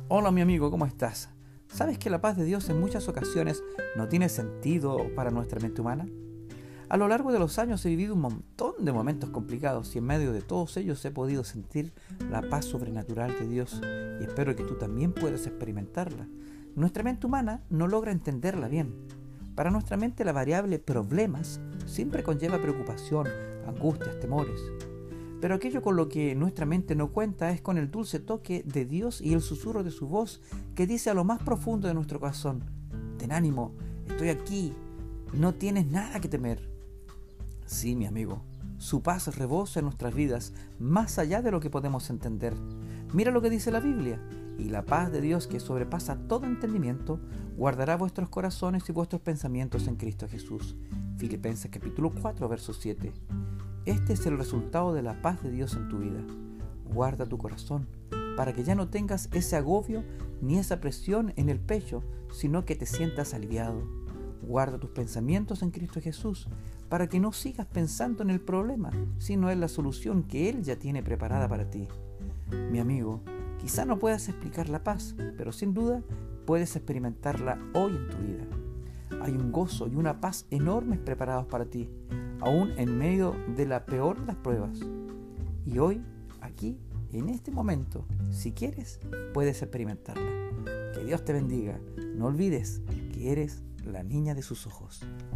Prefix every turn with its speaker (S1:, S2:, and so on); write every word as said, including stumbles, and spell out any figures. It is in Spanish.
S1: Hola mi amigo, ¿cómo estás? ¿Sabes que la paz de Dios en muchas ocasiones no tiene sentido para nuestra mente humana? A lo largo de los años he vivido un montón de momentos complicados y en medio de todos ellos he podido sentir la paz sobrenatural de Dios y espero que tú también puedas experimentarla. Nuestra mente humana no logra entenderla bien. Para nuestra mente la variable problemas siempre conlleva preocupación, angustias, temores. Pero aquello con lo que nuestra mente no cuenta es con el dulce toque de Dios y el susurro de su voz que dice a lo más profundo de nuestro corazón: ten ánimo, estoy aquí, no tienes nada que temer. Sí, mi amigo, su paz rebosa en nuestras vidas más allá de lo que podemos entender. Mira lo que dice la Biblia: y la paz de Dios, que sobrepasa todo entendimiento, guardará vuestros corazones y vuestros pensamientos en Cristo Jesús. Filipenses capítulo cuatro, verso siete. Este es el resultado de la paz de Dios en tu vida. Guarda tu corazón para que ya no tengas ese agobio ni esa presión en el pecho, sino que te sientas aliviado. Guarda tus pensamientos en Cristo Jesús para que no sigas pensando en el problema, sino en la solución que Él ya tiene preparada para ti. Mi amigo, quizá no puedas explicar la paz, pero sin duda puedes experimentarla hoy en tu vida. Hay un gozo y una paz enormes preparados para ti, aún en medio de la peor de las pruebas. Y hoy, aquí, en este momento, si quieres, puedes experimentarla. Que Dios te bendiga. No olvides que eres la niña de sus ojos.